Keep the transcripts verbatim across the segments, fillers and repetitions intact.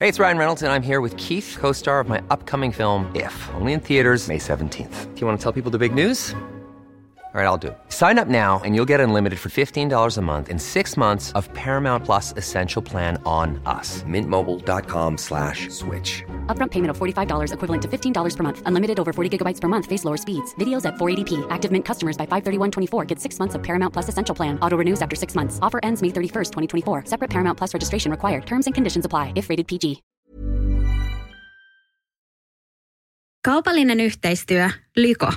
Hey, it's Ryan Reynolds, and I'm here with Keith, co-star of my upcoming film, If, only in theaters May seventeenth. Do you want to tell people the big news? All right, I'll do it. Sign up now and you'll get unlimited for fifteen dollars a month and six months of Paramount Plus Essential Plan on us. Mint Mobile dot com slash switch. Upfront payment of forty-five dollars equivalent to fifteen dollars per month. Unlimited over forty gigabytes per month. Face lower speeds. Videos at four eighty p. Active Mint customers by five thirty-one twenty-four get six months of Paramount Plus Essential Plan. Auto renews after six months. Offer ends May thirty-first, twenty twenty-four. Separate Paramount Plus registration required. Terms and conditions apply if rated P G. Kaupallinen yhteistyö, Lyko.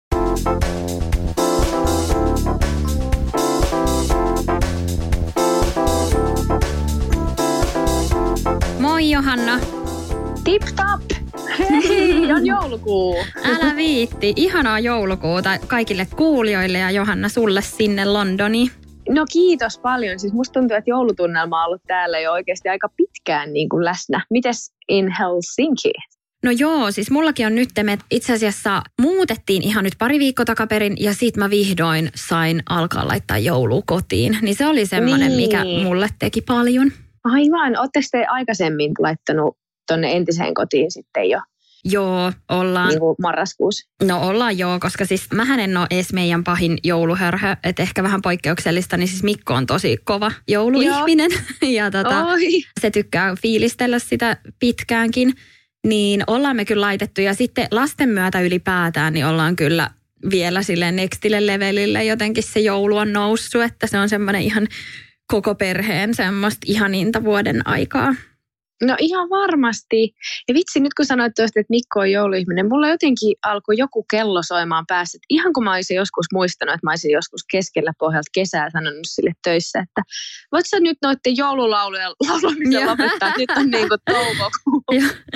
Moi Johanna. Tip tap! Hei, on joulukuu. Älä viitti. Ihanaa joulukuuta kaikille kuulijoille ja Johanna sulle sinne Londoniin. No kiitos paljon. Siis musta tuntuu, että joulutunnelma on ollut täällä jo oikeasti aika pitkään niin kuin läsnä. Mites in Helsinki? No joo, siis mullakin on nyt, me itse asiassa muutettiin ihan nyt pari viikkoa takaperin ja sit mä vihdoin sain alkaa laittaa joulua kotiin. Niin se oli semmoinen, niin. mikä mulle teki paljon. Aivan. Ootteko te aikaisemmin laittanut tonne entiseen kotiin sitten jo? Joo, ollaan. Niin kuin marraskuussa. No ollaan joo, koska siis mähän en ole edes meidän pahin jouluhörhö, että ehkä vähän poikkeuksellista, niin siis Mikko on tosi kova jouluihminen. ja tota, se tykkää fiilistellä sitä pitkäänkin. Niin ollaan me kyllä laitettu ja sitten lasten myötä ylipäätään niin ollaan kyllä vielä silleen nextille levelille jotenkin se joulu on noussut, että se on semmoinen ihan koko perheen semmoista ihaninta vuoden aikaa. No ihan varmasti. Ja vitsi, nyt kun sanoit tuosta, että Mikko on jouluihminen, mulla jotenkin alkoi joku kello soimaan päässä. Että ihan kun mä olisin joskus muistanut, että mä olisin joskus keskellä pohjalta kesää sanonut sille töissä, että voit sä nyt noitten joululauluja laulamisen lopettaa, että nyt on niin kuin toukokuu.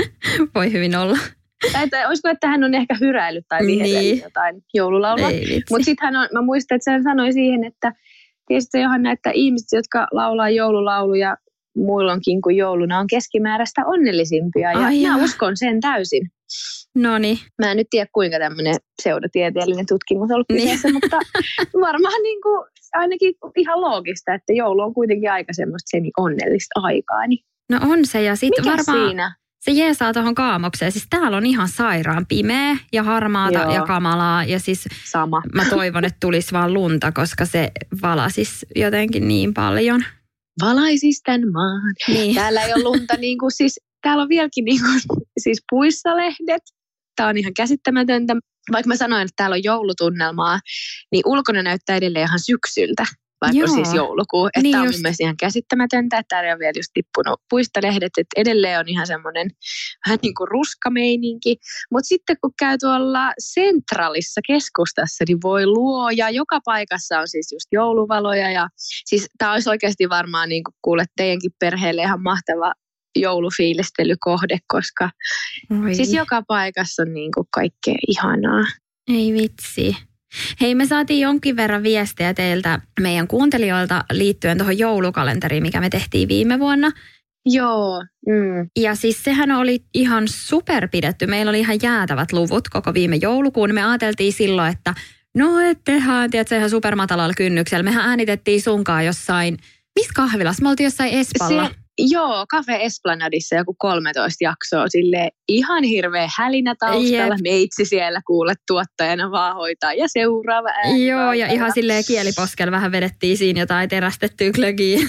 Voi hyvin olla. Tai olisiko, että hän on ehkä hyräillyt tai vihellyt niin. jotain joululaulua. Mutta sitten hän on, mä muistan, että hän sanoi siihen, että tiesitkö Johanna, että ihmiset, jotka laulaa joululauluja muulloinkin kuin jouluna, on keskimääräistä onnellisimpia. Ja Ai mä uskon sen täysin. Noniin. Mä en nyt tiedä, kuinka tämmöinen pseudotieteellinen tutkimus on ollut kyseessä, mutta varmaan niin kuin ainakin ihan loogista, että joulu on kuitenkin aika semmoista semi-onnellista aikaa. Niin. No on se, ja sitten varmaan siinä? Se jeesaa tuohon kaamokseen. Siis täällä on ihan sairaan pimeä ja harmaata Joo. ja kamalaa. Ja siis Sama. Mä toivon, että tulisi vaan lunta, koska se valasis jotenkin niin paljon. Valaisis tän maan. Niin. Täällä ei ole lunta niin kuin siis, täällä on vieläkin niin kuin, siis puissalehdet. Tää on ihan käsittämätöntä. Vaikka mä sanoin, että täällä on joulutunnelmaa, niin ulkona näyttää edelleen ihan syksyltä. Vaikka Joo. siis joulukuu. Että niin tämä on mun mielestä ihan käsittämätöntä, että täällä on vielä just tippunut puistalehdet, että edelleen on ihan semmoinen vähän niin kuin ruskameininki. Mutta sitten kun käy tuolla Centralissa keskustassa, niin voi luoja. Joka paikassa on siis just jouluvaloja ja siis tämä olisi oikeasti varmaan niin kuin kuulet teidänkin perheelle ihan mahtava joulufiilistelykohde, koska Oi. siis joka paikassa on niin kuin kaikkea ihanaa. Ei vitsi. Hei, me saatiin jonkin verran viestiä teiltä meidän kuuntelijoilta liittyen tuohon joulukalenteriin, mikä me tehtiin viime vuonna. Joo. Mm. Ja siis sehän oli ihan superpidetty. Meillä oli ihan jäätävät luvut koko viime joulukuun. Me ajateltiin silloin, että no et tehdään, tiedätkö, ihan supermatalalla kynnyksellä. Mehän äänitettiin sunkaan jossain, missä kahvilassa? Me oltiin jossain Espalla. Se... Joo, Cafe Esplanadissa joku kolmetoista jaksoa silleen ihan hirveä hälinä taustalla. Jep. Meitsi siellä kuule tuottajana vaan hoitaa ja seuraava ääni. Joo, ja ihan silleen kieliposkella vähän vedettiin siinä jotain terästettyä klögiä.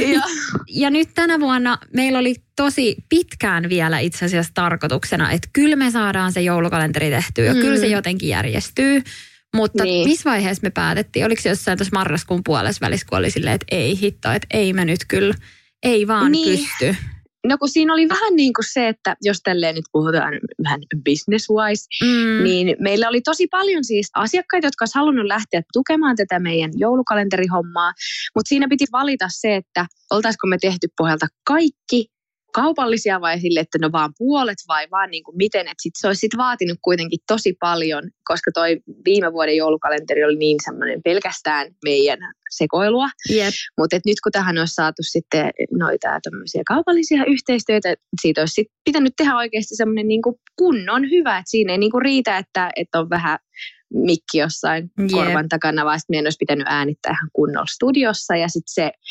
Ja nyt tänä vuonna meillä oli tosi pitkään vielä itse asiassa tarkoituksena, että kyllä me saadaan se joulukalenteri tehtyä ja mm. kyllä se jotenkin järjestyy. Mutta niin. missä vaiheessa me päätettiin? Oliko se jossain tuossa marraskuun puolessa välissä, kun oli silleen, että ei hitto, että ei me nyt kyllä. Ei vaan niin. pysty. No kun siinä oli vähän niin kuin se, että jos tälleen nyt puhutaan vähän business-wise, mm. niin meillä oli tosi paljon siis asiakkaita, jotka olisi halunnut lähteä tukemaan tätä meidän joulukalenterihommaa, mutta siinä piti valita se, että oltaisiko me tehty pohjalta kaikki kaupallisia vai sille, että no vaan puolet vai vaan niin kuin miten, että sit se olisi sit vaatinut kuitenkin tosi paljon, koska toi viime vuoden joulukalenteri oli niin semmoinen pelkästään meidän sekoilua. Yep. Mutta nyt kun tähän olisi saatu sitten noita tämmöisiä kaupallisia yhteistyötä, siitä olisi sit pitänyt tehdä oikeasti semmoinen niin kuin kunnon hyvä, että siinä ei niin kuin riitä, että, että on vähän mikki jossain yep. korvan takana, vaan sitten meidän olisi pitänyt äänittää ihan kunnolla studiossa ja sitten se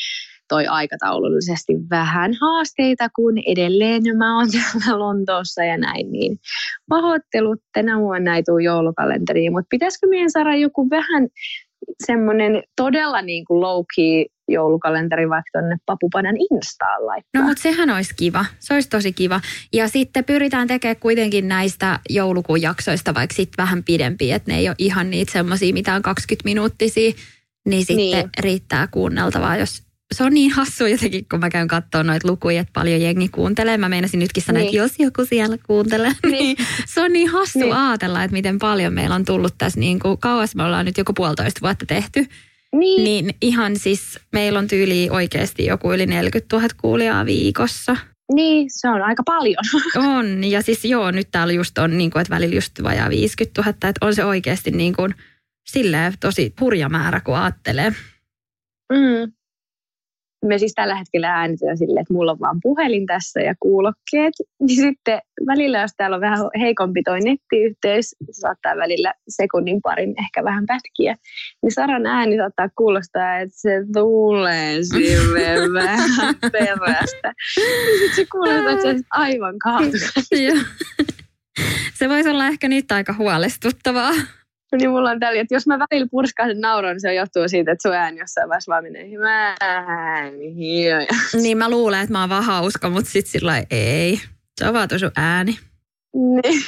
toi aikataulullisesti vähän haasteita, kun edelleen mä oon täällä Lontoossa ja näin, niin pahoittelut, tänä vuonna ei tule joulukalenteriin, mutta pitäisikö meidän saada joku vähän semmoinen todella niin kuin low-key joulukalenteri vaikka tuonne Papupadan Instaan laittaa. No mutta sehän olisi kiva. Se olisi tosi kiva. Ja sitten pyritään tekemään kuitenkin näistä joulukuun jaksoista vaikka sitten vähän pidempiä, että ne ei ole ihan niitä semmoisia mitään kaksikymmentä minuuttisia, niin sitten niin. riittää kuunneltavaa, jos se on niin hassu jotenkin, kun mä käyn katsoa noita lukuja, että paljon jengi kuuntelee. Mä meinasin nytkin sanoa, niin. että jos joku siellä kuuntelee, niin, niin se on niin hassu niin. ajatella, että miten paljon meillä on tullut tässä niin kuin kauas. Me ollaan nyt joku puolitoista vuotta tehty. Niin. niin ihan siis meillä on tyyliin oikeasti joku yli neljäkymmentätuhatta kuulijaa viikossa. Niin, se on aika paljon. On, ja siis joo, nyt täällä just on niin kuin, että välillä just vajaa viisikymmentätuhatta, että on se oikeasti niin kuin silleen tosi hurja määrä, kun ajattelee. Mm. Me siis tällä hetkellä äänitetään silleen, että mulla on vaan puhelin tässä ja kuulokkeet. Niin sitten välillä, jos täällä on vähän heikompi toi nettiyhteys, se saattaa välillä sekunnin parin ehkä vähän pätkiä. Niin Saran ääni saattaa kuulostaa, että se tulee silleen vähän perästä. Niin sitten se kuulostaa, että se on aivan kaukaa. Se voisi olla ehkä nyt aika huolestuttavaa. Niin mulla on tällä, että jos mä välillä purskaisin nauroon, niin se johtuu siitä, että sun ääni jossain vaiheessa vaan menee vähän hiljaa. Niin mä luulen, että mä oon vaan hauska, mutta sit sillä ei. Se on vaan sun ääni. Niin.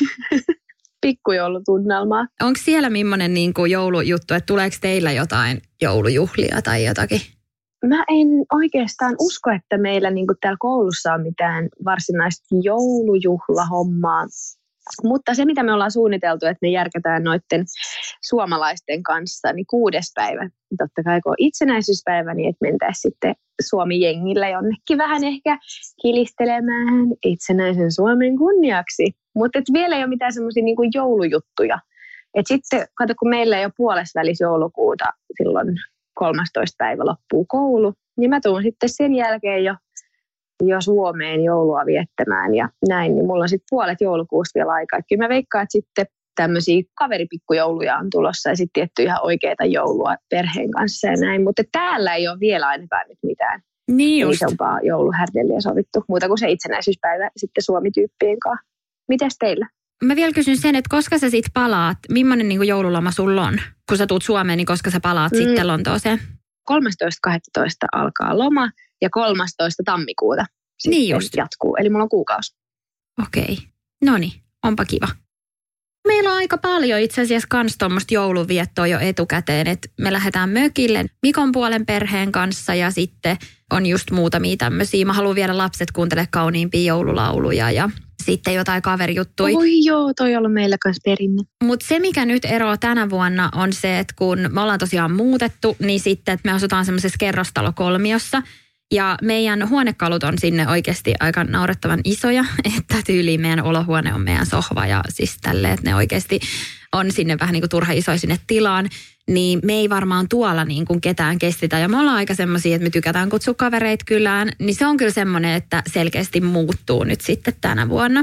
Pikkujoulutunnelmaa. Onko siellä millainen niin kuin joulujuttu, että tuleeko teillä jotain joulujuhlia tai jotakin? Mä en oikeastaan usko, että meillä niin kuin täällä koulussa on mitään varsinaista joulujuhlahommaa. Mutta se, mitä me ollaan suunniteltu, että me järkätään noiden suomalaisten kanssa, niin kuudes päivä, totta kai kun on itsenäisyyspäivä, niin että mentäisiin sitten Suomi-jengillä jonnekin vähän ehkä kilistelemään itsenäisen Suomen kunniaksi. Mutta vielä ei ole mitään semmoisia niin kuin joulujuttuja. Et sitten, kato, kun meillä ei ole puolesvälis joulukuuta, silloin kolmastoista päivä loppuu koulu, niin mä tuun sitten sen jälkeen jo jo Suomeen joulua viettämään ja näin, niin mulla on sitten puolet joulukuusta vielä aikaa. Et kyllä mä veikkaan, että sitten tämmöisiä kaveripikkujouluja on tulossa ja sitten tietty ihan oikeita joulua perheen kanssa ja näin. Mutta täällä ei ole vielä ainakaan nyt mitään niin isompaa jouluhärdeliä sovittu, muuta kuin se itsenäisyyspäivä sitten Suomi-tyyppien kanssa. Mites teillä? Mä vielä kysyn sen, että koska sä sitten palaat, millainen niin kuin joululoma sulla on? Kun sä tuut Suomeen, niin koska sä palaat mm. sitten Lontooseen? kolmastoista kahdestoista alkaa loma ja kolmastoista tammikuuta sitten niin just jatkuu. Eli mulla on kuukausi. Okei. No niin, onpa kiva. Meillä on aika paljon itse asiassa kans tuommoista jouluviettoa jo etukäteen, että me lähdetään mökille Mikon puolen perheen kanssa ja sitten on just muutamia tämmöisiä. Mä haluan viedä lapset kuuntelemaan kauniimpia joululauluja ja sitten jotain kaverijuttuja. Oi joo, toi on ollut meillä kanssa perinne. Mutta se, mikä nyt eroaa tänä vuonna on se, että kun me ollaan tosiaan muutettu, niin sitten, että me asutaan semmoisessa kerrostalokolmiossa. Ja meidän huonekalut on sinne oikeasti aika naurettavan isoja, että tyyliin meidän olohuone on meidän sohva ja siis tälleen, että ne oikeasti on sinne vähän niin kuin turha iso sinne tilaan. Niin me ei varmaan tuolla niin kuin ketään kestitä. Ja me ollaan aika semmoisia, että me tykätään kutsua kavereita kylään. Niin se on kyllä semmoinen, että selkeästi muuttuu nyt sitten tänä vuonna.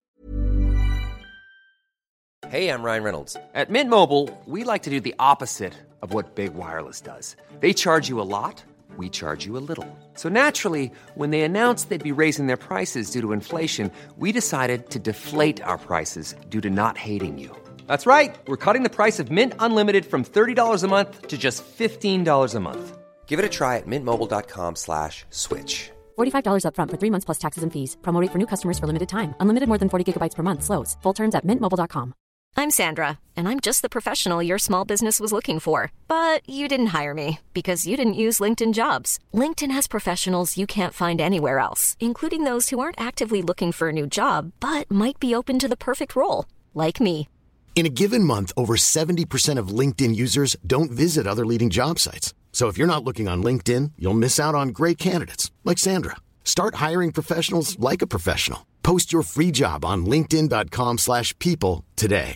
Hey, I'm Ryan Reynolds. At Mint Mobile, we like to do the opposite of what Big Wireless does. They charge you a lot, we charge you a little. So naturally, when they announced they'd be raising their prices due to inflation, we decided to deflate our prices due to not hating you. That's right. We're cutting the price of Mint Unlimited from thirty dollars a month to just fifteen dollars a month. Give it a try at mintmobile.com slash switch. forty-five dollars up front for three months plus taxes and fees. Promo rate for new customers for limited time. Unlimited more than forty gigabytes per month. Slows full terms at mint mobile dot com. I'm Sandra, and I'm just the professional your small business was looking for. But you didn't hire me because you didn't use LinkedIn Jobs. LinkedIn has professionals you can't find anywhere else, including those who aren't actively looking for a new job, but might be open to the perfect role, like me. In a given month, over seventy percent of LinkedIn users don't visit other leading job sites. So if you're not looking on LinkedIn, you'll miss out on great candidates like Sandra. Start hiring professionals like a professional. Post your free job on linkedin.com slash people today.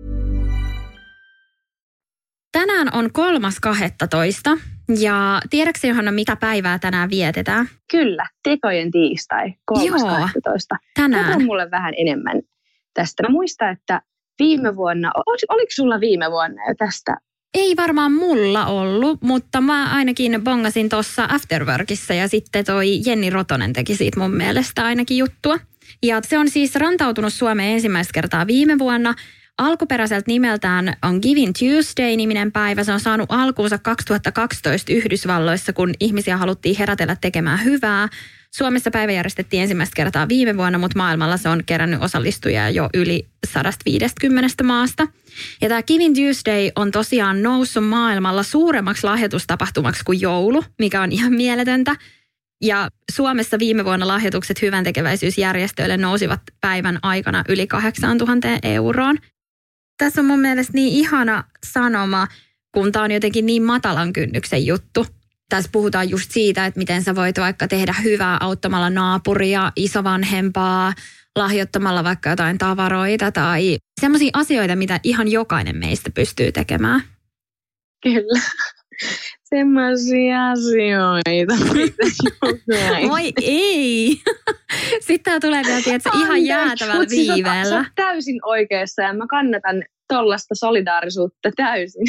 Tänään on kolmas kahdestoista ja tiedätkö Johanna, mitä päivää tänään vietetään? Kyllä, tekojen tiistai, kolmas kahdestoista. Tänään. Kerro mulle vähän enemmän tästä. Mä muistan, että viime vuonna, oliko sulla viime vuonna jo tästä Ei varmaan mulla ollut, mutta mä ainakin bongasin tuossa Afterworkissa ja sitten toi Jenni Rotonen teki siitä mun mielestä ainakin juttua. Ja se on siis rantautunut Suomeen ensimmäistä kertaa viime vuonna. Alkuperäiseltä nimeltään on Giving Tuesday-niminen päivä. Se on saanut alkuunsa kaksituhattakaksitoista Yhdysvalloissa, kun ihmisiä haluttiin herätellä tekemään hyvää. Suomessa päivä järjestettiin ensimmäistä kertaa viime vuonna, mutta maailmalla se on kerännyt osallistujia jo yli sata viisikymmentä maasta. Ja tämä Giving Tuesday on tosiaan noussut maailmalla suuremmaksi lahjoitustapahtumaksi kuin joulu, mikä on ihan mieletöntä. Ja Suomessa viime vuonna lahjoitukset hyväntekeväisyysjärjestöille nousivat päivän aikana yli kahdeksantuhatta euroon. Tässä on mun mielestä niin ihana sanoma, kun tämä on jotenkin niin matalan kynnyksen juttu. Tässä puhutaan just siitä, että miten sä voit vaikka tehdä hyvää auttamalla naapuria, isovanhempaa, lahjoittamalla vaikka jotain tavaroita tai semmoisia asioita, mitä ihan jokainen meistä pystyy tekemään. Kyllä. Semmoisia asioita. Oi ei. Sitten tää tulee vielä tietysti ihan jäätävällä viiveellä. Sä oot täysin oikeassa ja mä kannatan tollaista solidaarisuutta täysin.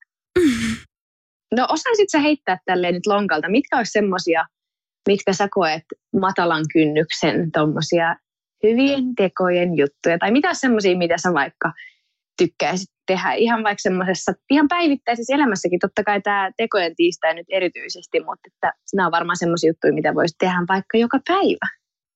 No osaisit sä heittää tälleen nyt lonkalta, mitkä olisi semmoisia, mitkä sä koet matalan kynnyksen tommosia hyvien tekojen juttuja? Tai mitä semmoisia, mitä sä vaikka tykkäisit tehdä ihan vaikka semmoisessa, ihan päivittäisessä elämässäkin. Totta kai tämä tekojen tiistai nyt erityisesti, mutta että nämä on varmaan semmoisia juttuja, mitä voisi tehdä vaikka joka päivä.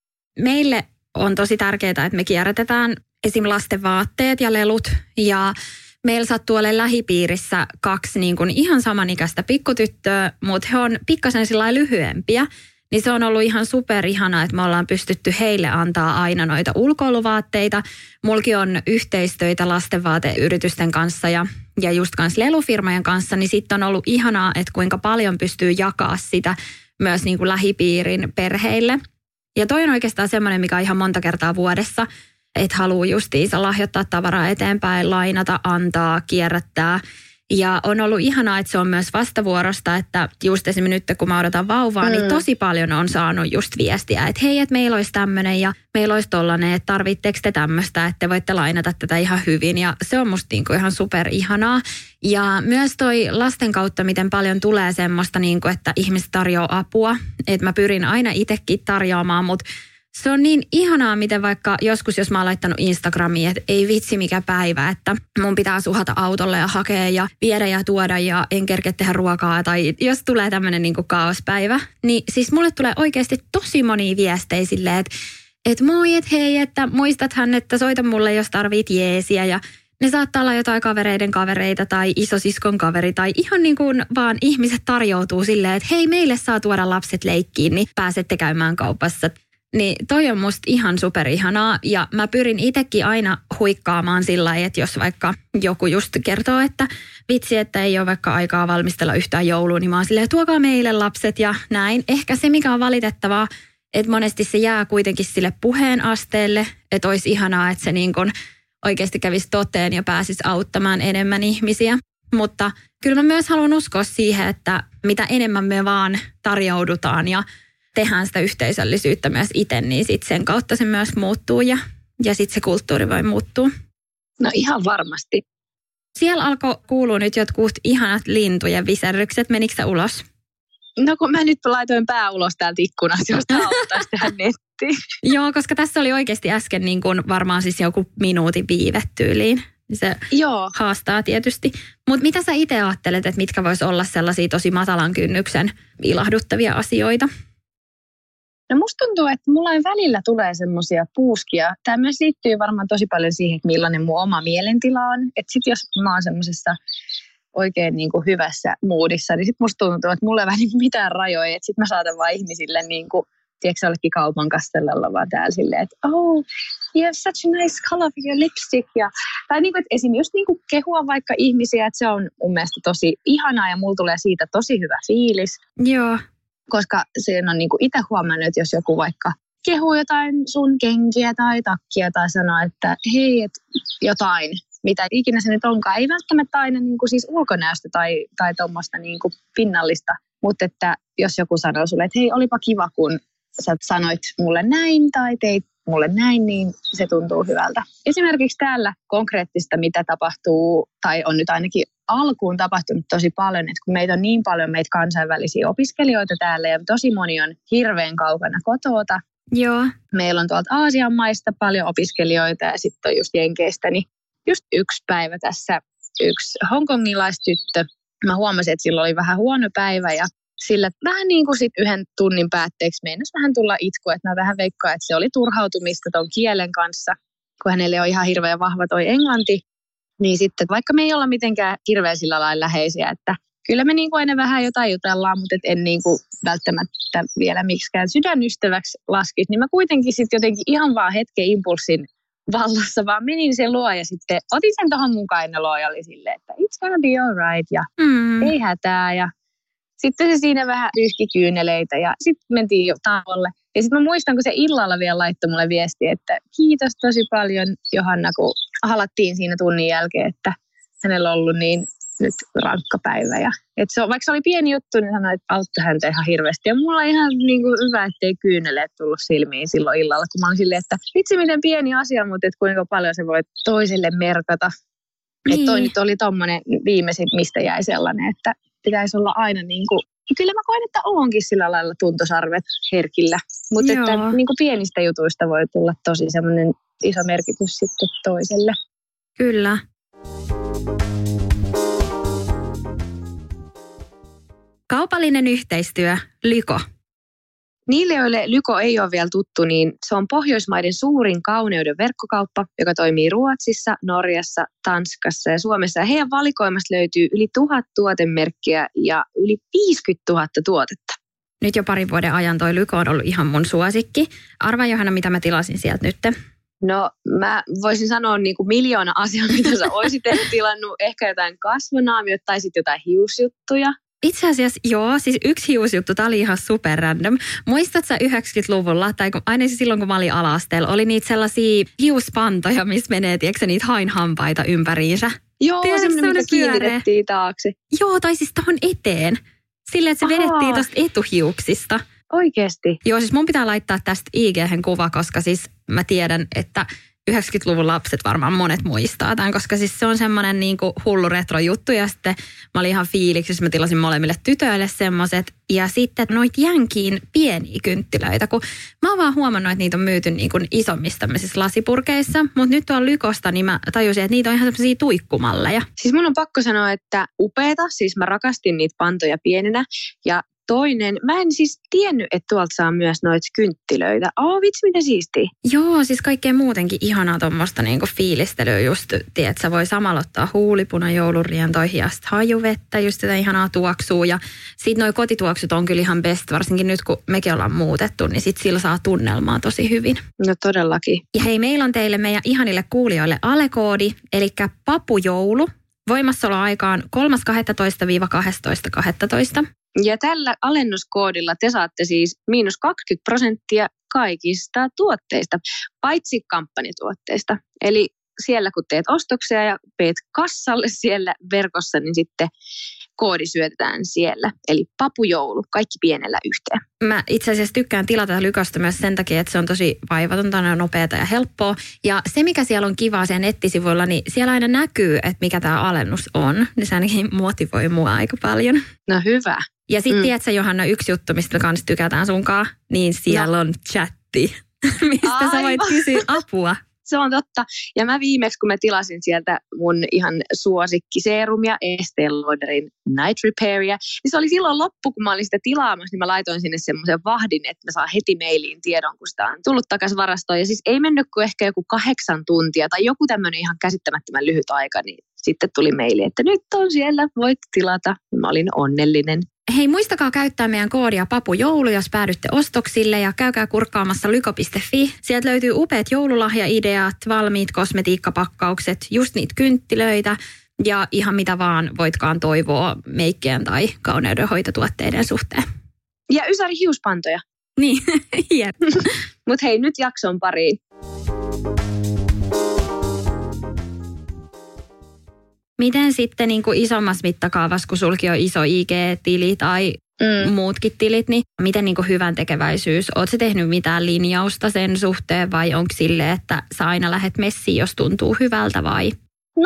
Meille on tosi tärkeää, että me kierrätetään esim. Lasten vaatteet ja lelut ja meillä sattuu olemaan lähipiirissä kaksi niin kuin ihan samanikäistä pikkutyttöä, mutta he on pikkasen sillä lyhyempiä. Niin se on ollut ihan superihanaa, että me ollaan pystytty heille antaa aina noita ulkoiluvaatteita. Mulki on yhteistöitä lastenvaateyritysten kanssa ja, ja just kanssa lelufirmojen kanssa, niin sitten on ollut ihanaa, että kuinka paljon pystyy jakaa sitä myös niin kuin lähipiirin perheille. Ja toi on oikeastaan semmoinen, mikä on ihan monta kertaa vuodessa, että haluaa justiinsa lahjoittaa tavaraa eteenpäin, lainata, antaa, kierrättää. Ja on ollut ihanaa, että se on myös vastavuorosta, että just esimerkiksi nyt kun mä odotan vauvaa, mm. niin tosi paljon on saanut just viestiä, että hei, että meillä olisi tämmöinen ja meillä olisi tollainen, että tarvitteeko te tämmöistä, että te voitte lainata tätä ihan hyvin. Ja se on musta niin kuin ihan super ihanaa. Ja myös toi lasten kautta, miten paljon tulee semmoista, niin kuin, että ihmiset tarjoaa apua, että mä pyrin aina itsekin tarjoamaan, mutta se on niin ihanaa, miten vaikka joskus, jos mä oon laittanut Instagramiin, että ei vitsi mikä päivä, että mun pitää suhata autolle ja hakea ja viedä ja tuoda ja en kerkeä tehdä ruokaa. Tai jos tulee tämmöinen niin kuin kaospäivä, niin siis mulle tulee oikeasti tosi monia viestejä silleen, että, että moi, että hei, että muistathan, että soita mulle, jos tarvit jeesiä ja ne saattaa olla jotain kavereiden kavereita tai isosiskon kaveri tai ihan niin kuin vaan ihmiset tarjoutuu silleen, että hei, meille saa tuoda lapset leikkiin, niin pääsette käymään kaupassa. Niin toi on musta ihan superihanaa ja mä pyrin itsekin aina huikkaamaan sillä lailla, että jos vaikka joku just kertoo, että vitsi, että ei ole vaikka aikaa valmistella yhtään joulua, niin mä oon silleen, tuokaa meille lapset ja näin. Ehkä se, mikä on valitettavaa, että monesti se jää kuitenkin sille puheen asteelle, että olisi ihanaa, että se niin kuin oikeasti kävisi toteen ja pääsisi auttamaan enemmän ihmisiä. Mutta kyllä mä myös haluan uskoa siihen, että mitä enemmän me vaan tarjoudutaan ja tehdään sitä yhteisöllisyyttä myös itse, niin sitten sen kautta se myös muuttuu ja, ja sitten se kulttuuri voi muuttua. No ihan varmasti. Siellä alkoi kuulua nyt jotkut ihanat lintujen viserrykset. Menikö sä ulos? No kun mä nyt laitoin pää ulos täältä ikkunasta, jos tää auttaisi tähän nettiin. Joo, koska tässä oli oikeasti äsken niin kuin varmaan siis joku minuutin viivetyyliin. Se Joo. haastaa tietysti. Mutta mitä sä itse ajattelet, että mitkä vois olla sellaisia tosi matalan kynnyksen ilahduttavia asioita? No musta tuntuu, että mulla välillä tulee semmoisia puuskia. Tämä myös liittyy varmaan tosi paljon siihen, että millainen mun oma mielentila on. Että sit jos mä oon semmoisessa oikein niin kuin hyvässä moodissa, niin sit musta tuntuu, että mulla ei vähän niin mitään rajoja. Että sit mä saatan vaan ihmisille niin kuin, tiedätkö jollekin kaupan kastellalla vaan täällä silleen, että oh, you have such a nice color for your lipstick. Ja, tai niin kuin, että esimerkiksi just niin kuin kehua vaikka ihmisiä, että se on mun mielestä tosi ihanaa ja mulla tulee siitä tosi hyvä fiilis. Joo. Koska siinä on niin kuin itse huomannut, että jos joku vaikka kehuu jotain sun kenkiä tai takkia tai sanoo, että hei, et jotain, mitä ikinä se nyt onkaan, ei välttämättä aina niin kuin siis ulkonäöstä tai, tai tuommoista niin kuin pinnallista, mutta että jos joku sanoo sulle, että hei, olipa kiva, kun sä sanoit mulle näin tai teit mulle näin, niin se tuntuu hyvältä. Esimerkiksi täällä konkreettista, mitä tapahtuu, tai on nyt ainakin alkuun tapahtunut tosi paljon, että kun meitä on niin paljon meitä kansainvälisiä opiskelijoita täällä ja tosi moni on hirveän kaukana kotoota. Joo. Meillä on tuolta Aasian maista paljon opiskelijoita ja sitten on just Jenkeistä, niin just yksi päivä tässä yksi hongkongilaistyttö. Mä huomasin, että sillä oli vähän huono päivä ja sillä vähän niin kuin sit yhden tunnin päätteeksi meinasi vähän tulla itku, että mä vähän veikkaan, että se oli turhautumista ton kielen kanssa, kun hänelle on ihan hirveän vahva toi englanti. Niin sitten, vaikka me ei olla mitenkään hirveän sillä lailla läheisiä, että kyllä me niin kuin aina vähän jotain jutellaan, mutta et en niin kuin välttämättä vielä miksikään sydänystäväksi laskisi, niin mä kuitenkin sitten jotenkin ihan vaan hetken impulssin vallassa vaan menin sen luo ja sitten otin sen tuohon mun kainaloon ja oli silleen, että it's gonna be alright ja mm. ei hätää ja sitten se siinä vähän pyyhki kyyneleitä ja sitten mentiin jo tauolle. Ja sitten mä muistan, kun se illalla vielä laittoi mulle viesti, että kiitos tosi paljon Johanna, kun halattiin siinä tunnin jälkeen, että hänellä on ollut niin nyt rankka päivä. Ja, et se on, vaikka se oli pieni juttu, niin sanoi, että auttoi häntä ihan hirveästi. Ja mulla on ihan niin kuin hyvä, ettei kyyneleet tullut silmiin silloin illalla, kun mä olin silleen, että vitsi miten pieni asia, mutta et kuinka paljon se voi toiselle merkata. Niin. Että toi nyt oli tommonen viimeisin, mistä jäi sellainen, että pitäisi olla aina niin kuin, kyllä mä koen, että onkin sillä lailla tuntosarvet herkillä. Mutta että niin kuin pienistä jutuista voi tulla tosi semmoinen iso merkitys sitten toiselle. Kyllä. Kaupallinen yhteistyö, Lyko. Niille, joille Lyko ei ole vielä tuttu, niin se on Pohjoismaiden suurin kauneuden verkkokauppa, joka toimii Ruotsissa, Norjassa, Tanskassa ja Suomessa. Ja heidän valikoimasta löytyy yli tuhat tuotemerkkiä ja yli viisikymmentätuhatta tuotetta. Nyt jo parin vuoden ajan toi Lyko on ollut ihan mun suosikki. Arvaa Johanna, mitä mä tilasin sieltä nyt? No mä voisin sanoa niin kuin miljoona asiaa, mitä sä olisit tilannut. Ehkä jotain kasvonaamiota tai sitten jotain hiusjuttuja. Itse asiassa joo, siis yksi hiusjuttu, tämä oli ihan super random. Muistatko sä yhdeksänkymmentäluvulla, tai aina silloin kun mä olin ala-asteella, oli niitä sellaisia hiuspantoja, missä menee, tiedätkö niitä hainhampaita ympäriinsä? Joo, semmoinen, mikä kiinnitettiin taakse. Joo, tai siis tohon eteen. Silleen, että se Aha. vedettiin tosta etuhiuksista. Oikeesti? Joo, siis mun pitää laittaa tästä I G:hen kuva, koska siis mä tiedän, että yhdeksänkymmentäluvun lapset varmaan monet muistaa tämän, koska siis se on semmoinen niin kuin hullu retro-juttu ja sitten mä olin ihan fiiliksissä, mä tilasin molemmille tytöille semmoiset ja sitten noit jänkiin pieniä kynttilöitä, kun mä oon vaan huomannut, että niitä on myyty niin kuin isommissa tämmöisissä lasipurkeissa, mutta nyt tuolla Lykosta niin mä tajusin, että niitä on ihan semmoisia tuikkumalleja. Siis mun on pakko sanoa, että upeeta, siis mä rakastin niitä pantoja pienenä ja toinen, mä en siis tiennyt, että tuolta saa myös noita kynttilöitä. Oh, vitsi, mitä siistiä. Joo, siis kaikkea muutenkin ihanaa tuommoista niinku fiilistelyä just, tiedät, sä voi samalla ottaa huulipuna joulurientoihin ja sitten hajuvettä, just sitä ihanaa tuoksua. Ja sit noi kotituoksut on kyllä ihan best, varsinkin nyt kun mekin ollaan muutettu, niin sit sillä saa tunnelmaa tosi hyvin. No todellakin. Ja hei, meillä on teille meidän ihanille kuulijoille alekoodi, eli papujoulu. Voimassaoloaikaan kolmas kahdestoista kaksitoista kaksitoista. Ja tällä alennuskoodilla te saatte siis miinus kaksikymmentä prosenttia kaikista tuotteista, paitsi kampanjatuotteista. Eli siellä kun teet ostoksia ja peet kassalle siellä verkossa, niin sitten koodi syötetään siellä. Eli papujoulu, kaikki pienellä yhteen. Mä itse asiassa tykkään tilata Lykosta myös sen takia, että se on tosi vaivatonta, nopeata ja helppoa. Ja se, mikä siellä on kivaa siellä nettisivuilla, niin siellä aina näkyy, että mikä tämä alennus on. Niin se ainakin motivoi mua aika paljon. No hyvä. Ja sitten mm. tiedätkö, Johanna, yksi juttu, mistä me kanssa tykätään sunkaan, niin siellä no. on chatti, mistä Aivan. sä voit kysyä apua. Se on totta. Ja mä viimeksi, kun mä tilasin sieltä mun ihan suosikkiseerumia, Estée Lauderin Night Repairia, niin se oli silloin loppu, kun mä olin sitä tilaamassa, niin mä laitoin sinne semmoisen vahdin, että mä saan heti mailiin tiedon, kun sitä on tullut takaisin varastoon. Ja siis ei mennyt kuin ehkä joku kahdeksan tuntia tai joku tämmöinen ihan käsittämättömän lyhyt aika, niin sitten tuli maili, että nyt on siellä, voit tilata. Mä olin onnellinen. Hei, muistakaa käyttää meidän koodia papujoulu, jos päädytte ostoksille ja käykää kurkkaamassa lyko piste fi. Sieltä löytyy upeat joululahjaideat, valmiit kosmetiikkapakkaukset, just niitä kynttilöitä ja ihan mitä vaan voitkaan toivoa meikkien tai kauneudenhoitotuotteiden suhteen. Ja ysäri hiuspantoja. Niin, jep. Mut hei, nyt jakson pariin. Miten sitten niin kuin isommassa mittakaavassa, kun sulki on iso I G-tili tai mm. muutkin tilit, niin miten niin kuin hyvän tekeväisyys? Oletko sä tehnyt mitään linjausta sen suhteen vai onko sille, että sä aina lähdet messiin, jos tuntuu hyvältä vai? No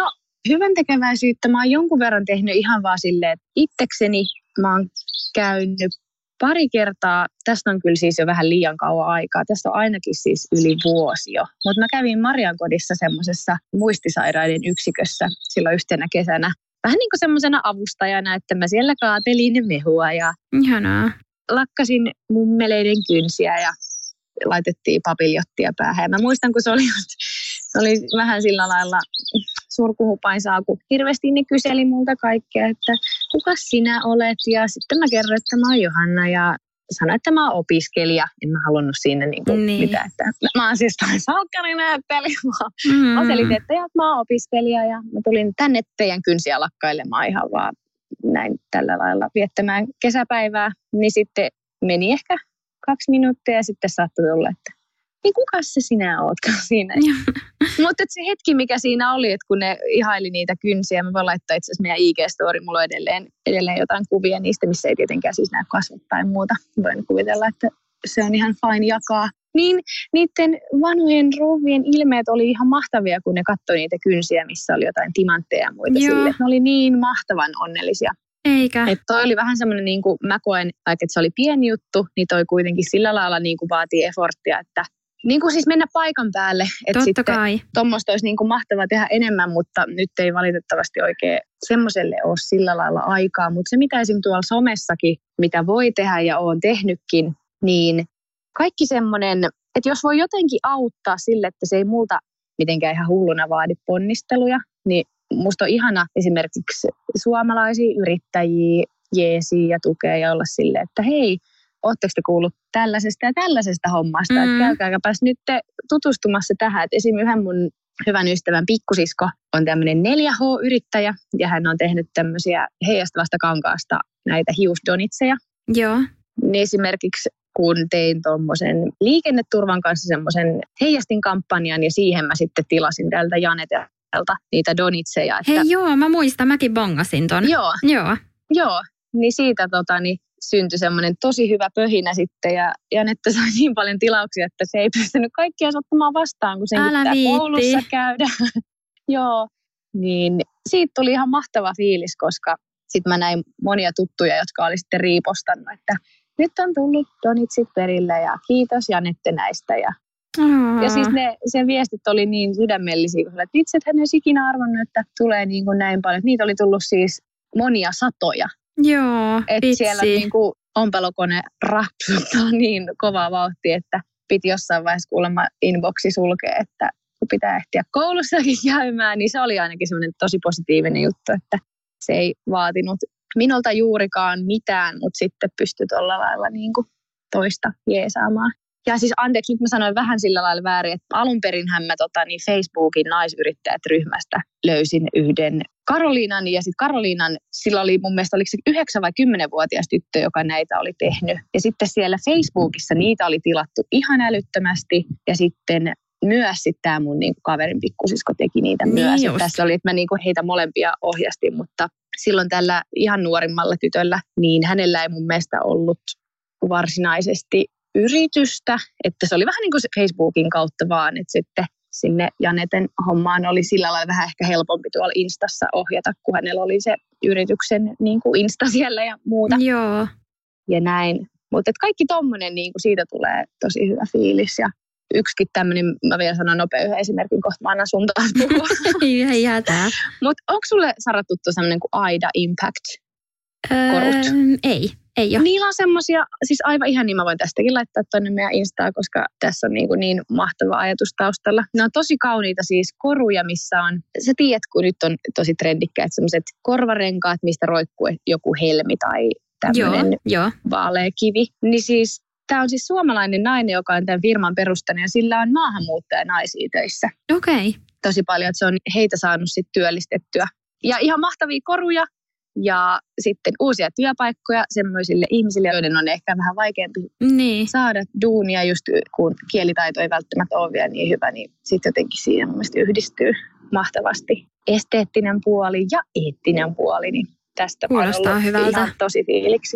hyvän tekeväisyyttä mä oon jonkun verran tehnyt ihan vaan silleen, että itsekseni mä oon käynyt pari kertaa, tästä on kyllä siis jo vähän liian kauan aikaa, tästä on ainakin siis yli vuosi jo. Mutta mä kävin Mariankodissa semmoisessa muistisairaiden yksikössä silloin yhtenä kesänä. Vähän niin kuin semmoisena avustajana, että mä siellä kaatelin mehua ja Ihanaa. lakkasin mummeleiden kynsiä ja laitettiin papiljottia päähän. Ja mä muistan, kun se oli, se oli vähän sillä lailla surkuhupaisaa, kun hirveästi ne kyseli multa kaikkea, että kuka sinä olet? Ja sitten mä kerroin, että mä oon Johanna ja sanoin, että mä oon opiskelija. En mä halunnut siinä niinku niin. mitään. Että mä oon siis toi salkkarinäyttelijä. Mm. Mä selitin, että mä oon opiskelija ja mä tulin tänne teidän kynsiä lakkailemaan ihan vaan näin tällä lailla viettämään kesäpäivää. Niin sitten meni ehkä kaksi minuuttia ja sitten saattoi tulla, että niin kukas se sinä ootkaan siinä? Mutta se hetki, mikä siinä oli, että kun ne ihaili niitä kynsiä, mä voin laittaa itse asiassa meidän I G-story, mulla on edelleen, edelleen jotain kuvia niistä, missä ei tietenkään siis näy kasvot tai muuta. Voin kuvitella, että se on ihan fine jakaa. Niin niiden vanhojen rouvien ilmeet oli ihan mahtavia, kun ne katsoi niitä kynsiä, missä oli jotain timantteja ja muita sille. Ne oli niin mahtavan onnellisia. Eikä. Että toi oli vähän semmoinen, niin kuin mä koen, että se oli pieni juttu, niin toi kuitenkin sillä lailla niin kuin vaatii efforttia, että niin kuin siis mennä paikan päälle. Että Totta sitten kai. Tuommoista olisi niin kuin mahtavaa tehdä enemmän, mutta nyt ei valitettavasti oikein semmoiselle ole sillä lailla aikaa. Mutta se mitä esim. Tuolla somessakin, mitä voi tehdä ja olen tehnytkin, niin kaikki semmoinen, että jos voi jotenkin auttaa sille, että se ei multa mitenkään ihan hulluna vaadi ponnisteluja, niin musta on ihana esimerkiksi suomalaisia yrittäjiä jeesiä ja tukea ja olla silleen, että hei, ootteko te kuullut tällaisesta ja tällaisesta hommasta, mm. että käykääpäs nyt te tutustumassa tähän. Että esimerkiksi yhden mun hyvän ystävän pikkusisko on tämmöinen neljä H-yrittäjä ja hän on tehnyt tämmöisiä heijastavasta kankaasta näitä hiusdonitseja. Joo. Niin esimerkiksi kun tein tuommoisen liikenneturvan kanssa semmoisen heijastinkampanjan ja siihen mä sitten tilasin tältä Janetelta niitä donitseja. Että hei joo, mä muistan, mäkin bongasin ton. Joo. Joo. Joo, niin siitä tota, niin syntyi semmoinen tosi hyvä pöhinä sitten ja Janette sai niin paljon tilauksia, että se ei pystynyt kaikkia ottamaan vastaan, kun sen pitää koulussa käydä. Joo, niin siitä tuli ihan mahtava fiilis, koska sitten mä näin monia tuttuja, jotka oli sitten riipostannut, että nyt on tullut donitsit perille ja kiitos Janette näistä. Ja, ja siis ne, se viestit oli niin sydämellisiä, kun että itse hän ei olisi ikinä arvannut, että tulee niin kuin näin paljon. Niitä oli tullut siis monia satoja. Joo, että siellä niin kuin ompelokone rapsuttaa niin kovaa vauhtia, että piti jossain vaiheessa kuulemma inboxi sulkea, että kun pitää ehtiä koulussakin käymään, niin se oli ainakin semmoinen tosi positiivinen juttu, että se ei vaatinut minulta juurikaan mitään, mutta sitten pystyi tuolla lailla niin kuin toista jeesaamaan. Ja siis anteeksi, nyt mä sanoin vähän sillä lailla väärin, että alunperinhän mä tota, niin Facebookin naisyrittäjät ryhmästä löysin yhden Karoliinan. Ja sitten Karoliinan, sillä oli mun mielestä, oliko se yhdeksän- vai kymmenvuotias tyttö, joka näitä oli tehnyt. Ja sitten siellä Facebookissa niitä oli tilattu ihan älyttömästi. Ja sitten myös sitten tämä mun niin kuin kaverin pikkusisko teki niitä niin myös. Tässä oli, että mä niin kuin heitä molempia ohjastin, mutta silloin tällä ihan nuorimmalla tytöllä, niin hänellä ei mun mielestä ollut varsinaisesti yritystä, että se oli vähän niin kuin Facebookin kautta vaan, että sitten sinne Janeten hommaan oli sillä lailla vähän ehkä helpompi tuolla Instassa ohjata, kun hänellä oli se yrityksen niin kuin Insta siellä ja muuta. Joo. Ja näin. Mutta kaikki tommonen, niin kuin siitä tulee tosi hyvä fiilis ja yksikin tämmöinen, mä vielä sanon nopea yhden esimerkin, kohta mä annan sun taas puhua. Ei hätää. Mutta onko sulle, Sara, tuttu semmoinen kuin Aida Impact korut? Öö, ei, ei ole. Niillä on semmoisia, siis aivan ihan niin mä voin tästäkin laittaa tuonne meidän Instaa, koska tässä on niin, kuin niin mahtava ajatus taustalla. Ne on tosi kauniita siis koruja, missä on, sä tiedät, kun nyt on tosi trendikkäät semmoiset korvarenkaat, mistä roikkuu joku helmi tai tämmöinen vaalea kivi. Niin siis tämä on siis suomalainen nainen, joka on tämän firman perustanut ja sillä on maahanmuuttajanaisia töissä. Okei. Okay. Tosi paljon, että se on heitä saanut sitten työllistettyä. Ja ihan mahtavia koruja ja sitten uusia työpaikkoja semmoisille ihmisille, joiden on ehkä vähän vaikeampi niin saada duunia, just kun kielitaito ei välttämättä ole vielä niin hyvä, niin sitten jotenkin siinä mun mielestä yhdistyy mahtavasti esteettinen puoli ja eettinen puoli, niin tästä kuulostaa on ollut hyvältä. Ihan tosi fiiliksissä.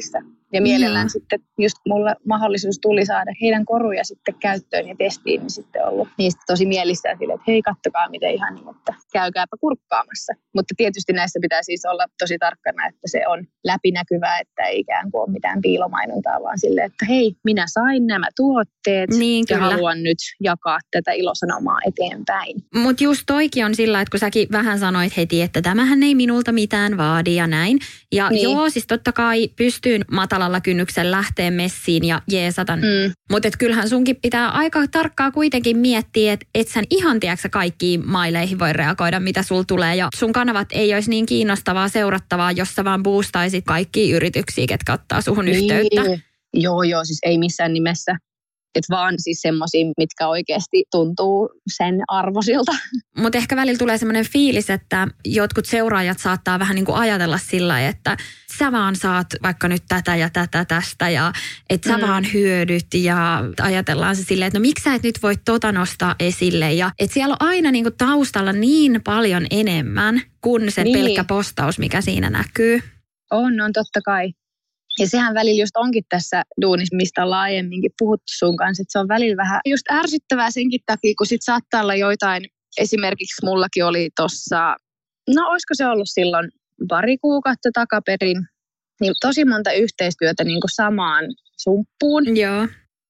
Ja mielellään mm. sitten, just mulla mahdollisuus tuli saada heidän koruja sitten käyttöön ja testiin, niin sitten ollut niistä tosi mielissään sille, että hei, kattokaa miten ihan niin, että käykääpä kurkkaamassa. Mutta tietysti näissä pitää siis olla tosi tarkkana, että se on läpinäkyvää, että ei ikään kuin ole mitään piilomainontaa, vaan sille, että hei, minä sain nämä tuotteet niin, ja kyllä. haluan nyt jakaa tätä ilosanomaa eteenpäin. Mutta just toikin on sillä, että kun säkin vähän sanoit heti, että tämähän ei minulta mitään vaadi ja näin. Ja niin. joo, siis totta kai pystyyn matalalla kynnyksellä lähteä messiin ja jeesata. Mm. Mutta kyllähän sunkin pitää aika tarkkaa kuitenkin miettiä, että et sä ihan tiedätkö kaikkiin maileihin voi reagoida, mitä sul tulee. Ja sun kanavat ei olisi niin kiinnostavaa seurattavaa, jos sä vaan boostaisit kaikkia yrityksiä, ketkä ottaa suhun niin. yhteyttä. Joo, joo, siis ei missään nimessä. Että vaan siis semmoisia, mitkä oikeasti tuntuu sen arvoisilta. Mutta ehkä välillä tulee semmoinen fiilis, että jotkut seuraajat saattaa vähän niin kuin ajatella sillä lailla, että sä vaan saat vaikka nyt tätä ja tätä tästä ja että sä mm. vaan hyödyt ja ajatellaan se silleen, että no miksi sä et nyt voi tota nostaa esille. Ja että siellä on aina niin kuin taustalla niin paljon enemmän kuin se niin. pelkkä postaus, mikä siinä näkyy. On, on totta kai. Ja sehän välillä just onkin tässä duunissa, mistä ollaan aiemminkin puhuttu sun kanssa, että se on välillä vähän just ärsyttävää senkin takia, kun sit saattaa olla joitain, esimerkiksi mullakin oli tossa, no olisiko se ollut silloin pari kuukautta takaperin, niin tosi monta yhteistyötä niin kuin samaan sumppuun. Joo.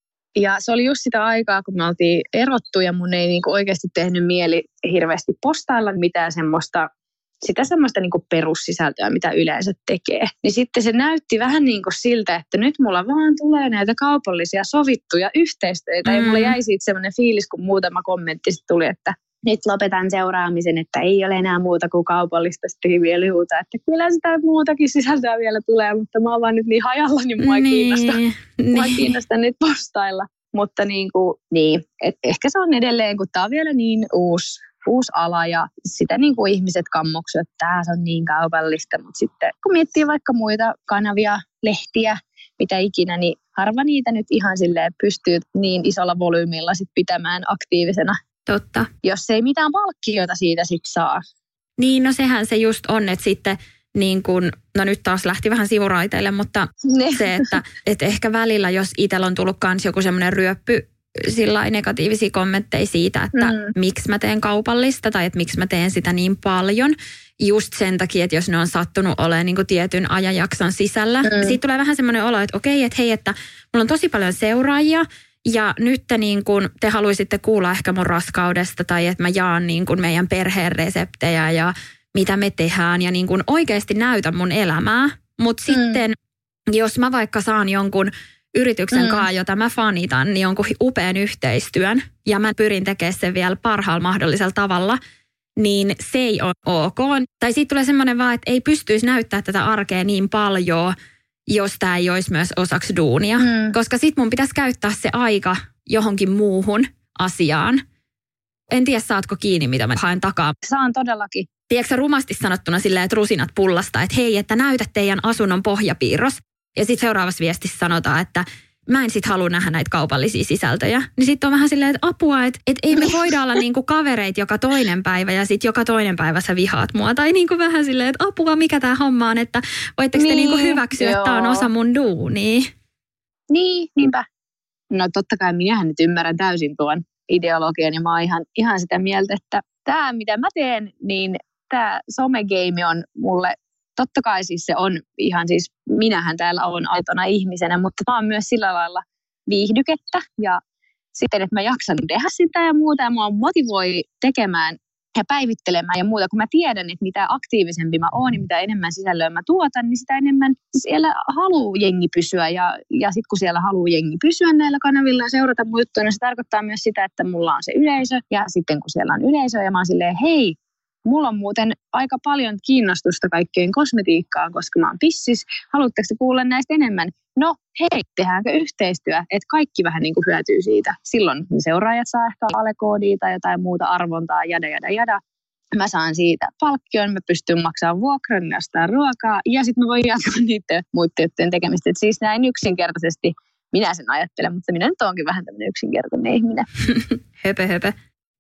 Ja se oli just sitä aikaa, kun me oltiin erottu ja mun ei niin kuin oikeasti tehnyt mieli hirveästi postailla mitään semmoista, sitä semmoista niin kuin perussisältöä, mitä yleensä tekee. Niin sitten se näytti vähän niin kuin siltä, että nyt mulla vaan tulee näitä kaupallisia sovittuja yhteistyötä. Mm. Ja mulla jäi siitä semmoinen fiilis, kun muutama kommentti sitten tuli, että nyt lopetan seuraamisen, että ei ole enää muuta kuin kaupallista. Sitten vielä huutaa, että kyllä sitä muutakin sisältöä vielä tulee, mutta mä oon vaan nyt niin hajalla, niin mua ei niin, kiinnosta, niin. mua ei kiinnosta nyt postailla. Mutta niin kuin, niin, että ehkä se on edelleen, kun tää on vielä niin uusi. uusi ala ja sitä niin kuin ihmiset kammoksuvat, että tämä on niin kaupallista, mutta sitten kun miettii vaikka muita kanavia, lehtiä, mitä ikinä, niin harva niitä nyt ihan silleen pystyy niin isolla volyymilla sit pitämään aktiivisena. Totta. Jos ei mitään palkkioita siitä sitten saa. Niin, no sehän se just on, että sitten niin kun, no nyt taas lähti vähän sivuraiteille, mutta ne. se, että et ehkä välillä, jos itsellä on tullut kans joku semmoinen ryöppy, sillä negatiivisia kommentteja siitä, että mm. miksi mä teen kaupallista tai että miksi mä teen sitä niin paljon. Just sen takia, että jos ne on sattunut olemaan niin kuin tietyn ajanjakson sisällä. Mm. Siitä tulee vähän semmoinen olo, että okei, että hei, että mulla on tosi paljon seuraajia ja nyt te, niin kuin, te haluaisitte kuulla ehkä mun raskaudesta tai että mä jaan niin kuin meidän perheen reseptejä ja mitä me tehdään ja niin kuin oikeasti näytän mun elämää. Mutta mm. sitten, jos mä vaikka saan jonkun yrityksen mm. kanssa, jota mä fanitan, niin jonkun upean yhteistyön ja mä pyrin tekemään sen vielä parhaalla mahdollisella tavalla, niin se ei ole ok. Tai siitä tulee semmoinen vaan, että ei pystyisi näyttää tätä arkea niin paljon, jos tämä ei olisi myös osaksi duunia. Mm. Koska sit mun pitäisi käyttää se aika johonkin muuhun asiaan. En tiedä, saatko kiinni, mitä mä haen takaa. Saan todellakin. Tiedätkö rumasti sanottuna silleen, että rusinat pullasta, että hei, että näytä teidän asunnon pohjapiirros. Ja sitten seuraavassa viestissä sanotaan, että mä en sit halua nähdä näitä kaupallisia sisältöjä. Niin sitten on vähän silleen, että apua, että et ei me voida olla niinku kavereita joka toinen päivä ja sitten joka toinen päivä sä vihaat mua. Tai niinku vähän silleen, että apua, mikä tää homma on, että voitteko te niin, niinku hyväksyä, joo. että tää on osa mun duunia. Niin, niinpä. No totta kai minähän nyt ymmärrän täysin tuon ideologian ja mä oon ihan, ihan sitä mieltä, että tämä mitä mä teen, niin tämä somegeimi on mulle. Totta kai siis se on ihan siis, minähän täällä on aitona ihmisenä, mutta mä oon myös sillä lailla viihdykettä ja sitten, että mä jaksan tehdä sitä ja muuta ja mua motivoi tekemään ja päivittelemään ja muuta, kun mä tiedän, että mitä aktiivisempi mä oon ja mitä enemmän sisällöä mä tuotan, niin sitä enemmän siellä haluaa jengi pysyä ja, ja sitten kun siellä haluaa jengi pysyä näillä kanavilla ja seurata mun juttuja, niin se tarkoittaa myös sitä, että mulla on se yleisö ja sitten kun siellä on yleisö ja mä oon silleen, hei, mulla on muuten aika paljon kiinnostusta kaikkeen kosmetiikkaan, koska mä oon pissis. Haluatteko kuulla näistä enemmän? No hei, tehdäänkö yhteistyö? Että kaikki vähän niin kuin hyötyy siitä. Silloin seuraajat saa ehkä alekoodia tai jotain muuta arvontaa, jada jada jada. Mä saan siitä palkkion, mä pystyn maksamaan vuokran ja ostaa ruokaa ja sitten mä voin jatkaa niiden muiden juttujen tekemistä. Et siis näin yksinkertaisesti minä sen ajattelen, mutta minä nyt oonkin vähän tämmöinen yksinkertainen ihminen. höpö höpö.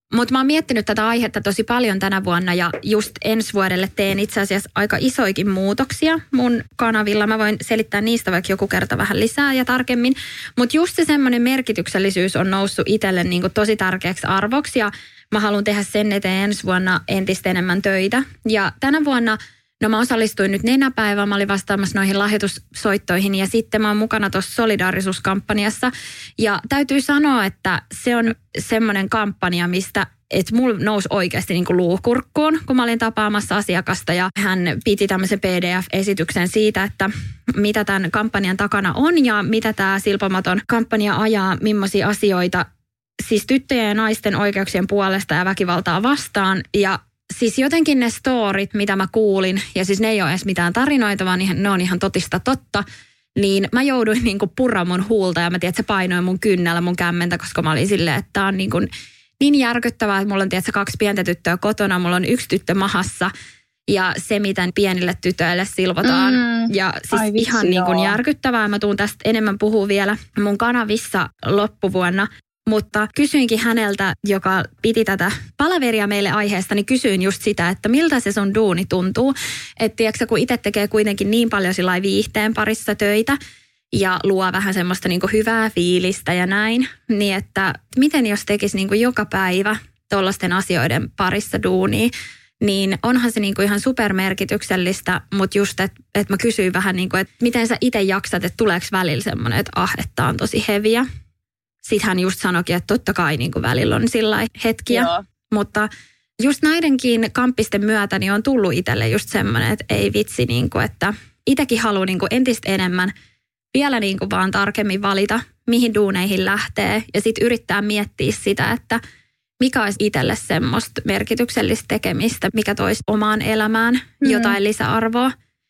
Mutta mä oon miettinyt tätä aihetta tosi paljon tänä vuonna ja just ensi vuodelle teen itse asiassa aika isoikin muutoksia mun kanavilla. Mä voin selittää niistä vaikka joku kerta vähän lisää ja tarkemmin. Mutta just se semmoinen merkityksellisyys on noussut itselle niinku tosi tärkeäksi arvoksi ja mä haluan tehdä sen eteen ensi vuonna entistä enemmän töitä. Ja tänä vuonna, no mä osallistuin nyt nenäpäivään, mä olin vastaamassa noihin lahjoitussoittoihin ja sitten mä oon mukana tuossa solidaarisuuskampanjassa. Ja täytyy sanoa, että se on semmoinen kampanja, mistä että mulla nousi oikeasti niin kuin luukurkkuun, kun mä olin tapaamassa asiakasta ja hän piti tämmöisen P D F-esityksen siitä, että mitä tämän kampanjan takana on ja mitä tämä silpomaton kampanja ajaa, millaisia asioita siis tyttöjen ja naisten oikeuksien puolesta ja väkivaltaa vastaan. Ja siis jotenkin ne storit, mitä mä kuulin, ja siis ne ei ole edes mitään tarinoita, vaan ne on ihan totista totta, niin mä jouduin niin kuin purra mun huulta ja mä tiedän, että se painoi mun kynnellä mun kämmentä, koska mä olin silleen, että tää on niin kuin niin järkyttävää, että mulla on tiedätkö, kaksi pientä tyttöä kotona, mulla on yksi tyttö mahassa ja se, miten pienille tytöille silvotaan. Mm, ja siis vitsi, ihan niin kuin järkyttävää. Mä tuun tästä enemmän puhua vielä mun kanavissa loppuvuonna. Mutta kysyinkin häneltä, joka piti tätä palaveria meille aiheesta, niin kysyin just sitä, että miltä se sun duuni tuntuu. Että tiedätkö, kun itse tekee kuitenkin niin paljon sillai viihteen parissa töitä ja luo vähän semmoista niin kuin hyvää fiilistä ja näin, niin että miten jos tekisi niin kuin joka päivä tollaisten asioiden parissa duunia, niin onhan se niin kuin ihan supermerkityksellistä, mutta just, että et mä kysyin vähän niin kuin, että miten sä itse jaksat, että tuleeko välillä semmoinen, että ah, että tää on tosi heviä. Sitten hän just sanoikin, että totta kai niin kuin välillä on sillai hetkiä, Joo. mutta just näidenkin kamppisten myötä niin on tullut itselle just semmoinen, että ei vitsi, niin kuin, että itsekin haluaa niin kuin entistä enemmän vielä niin kuin vaan tarkemmin valita, mihin duuneihin lähtee ja sitten yrittää miettiä sitä, että mikä olisi itselle semmoista merkityksellistä tekemistä, mikä toisi omaan elämään mm. jotain lisäarvoa.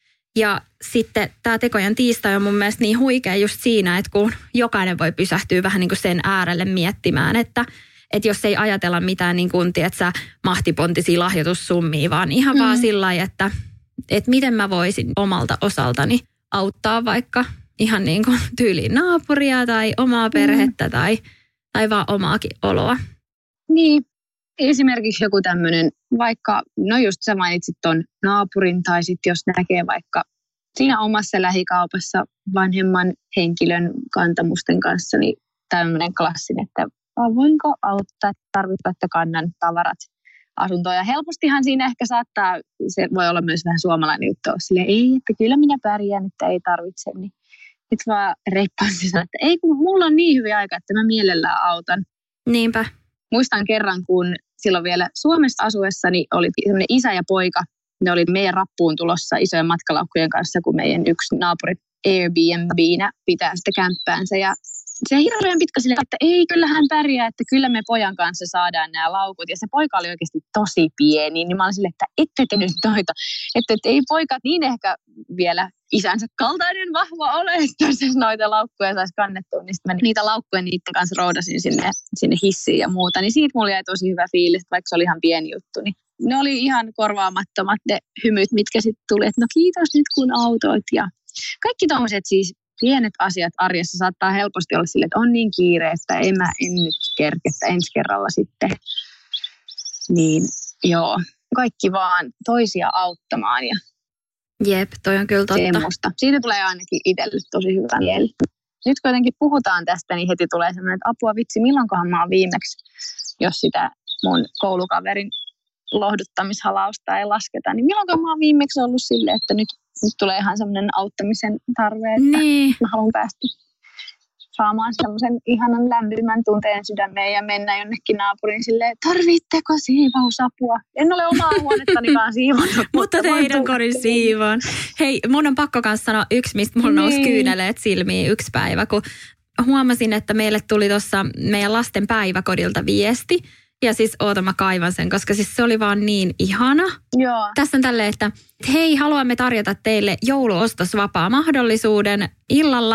Ja sitten tämä tekojen tiistai on mun mielestä niin huikea just siinä, että kun jokainen voi pysähtyä vähän niin kuin sen äärelle miettimään, että, että jos ei ajatella mitään niin kuin, tiedätkö, mahtipontisia lahjoitussummia, vaan ihan mm. vaan sillä lailla, että, että miten mä voisin omalta osaltani auttaa vaikka ihan niin kuin tyyliin naapuria tai omaa perhettä mm. tai, tai vaan omaakin oloa. Niin, esimerkiksi joku tämmöinen, vaikka, no just sä mainitsit ton naapurin tai sitten jos näkee vaikka siinä omassa lähikaupassa vanhemman henkilön kantamusten kanssa, niin tämmöinen klassin, että voinko auttaa, tarvitsetko, että kannan tavarat asuntoon. Ja helpostihan siinä ehkä saattaa, se voi olla myös vähän suomalainen juttu, silleen ei, että kyllä minä pärjään, että ei tarvitse, niin sitten vaan reippaasti sanoa, että ei kun mulla on niin hyvä aika, että mä mielellään autan. Niinpä. Muistan kerran, kun silloin vielä Suomessa asuessani oli sellainen isä ja poika. Ne oli meidän rappuun tulossa isojen matkalaukkujen kanssa, kun meidän yksi naapuri Airbnb:nä pitää sitä kämppäänsä. Ja se hirveän pitkä sille, että ei, kyllä hän pärjää, että kyllä me pojan kanssa saadaan nämä laukut. Ja se poika oli oikeasti tosi pieni, niin mä olin silleen, että ette te nyt noita. Että, että ei poika niin ehkä vielä isänsä kaltainen vahva ole, että jos noita laukkuja saisi kannettua, niin sitten mä niitä laukkuja niiden kanssa roudasin sinne, sinne hissiin ja muuta. Niin siitä mulla jäi tosi hyvä fiilis, vaikka se oli ihan pieni juttu. Niin ne oli ihan korvaamattomat ne hymyt, mitkä sitten tuli, että no kiitos nyt kun autoit. Ja kaikki tommoset siis pienet asiat arjessa saattaa helposti olla sille, että on niin kiire, että en mä en nyt kerke, että ensi kerralla sitten. Niin joo, kaikki vaan toisia auttamaan ja jep, toi on kyllä totta. Semmosta. Siitä tulee ainakin itselle tosi hyvä mieli. Nyt kun jotenkin puhutaan tästä, niin heti tulee semmoinen, että apua vitsi, milloinkohan mä oon viimeksi, jos sitä mun koulukaverin lohduttamishalausta ei lasketa, niin milloinkohan mä oon viimeksi ollut silleen, että nyt, nyt tulee ihan semmoinen auttamisen tarve, että niin. Mä haluan päästä saamaan semmoisen ihanan lämpimän tunteen sydämeen ja mennä jonnekin naapuriin silleen, tarvitteko siivousapua? En ole omaa huonettanikaan siivonnut. Mutta teidän kodin siivoon. Hei, mun on pakko kanssa sanoa yksi, mistä mulla nousi niin. kyyneleet silmiin yksi päivä, kun huomasin, että meille tuli tuossa meidän lasten päiväkodilta viesti. Ja siis oota mä kaivan sen, koska siis se oli vaan niin ihana. Joo. Tässä on tälleen, että hei, haluamme tarjota teille jouluostosvapaa mahdollisuuden illalla,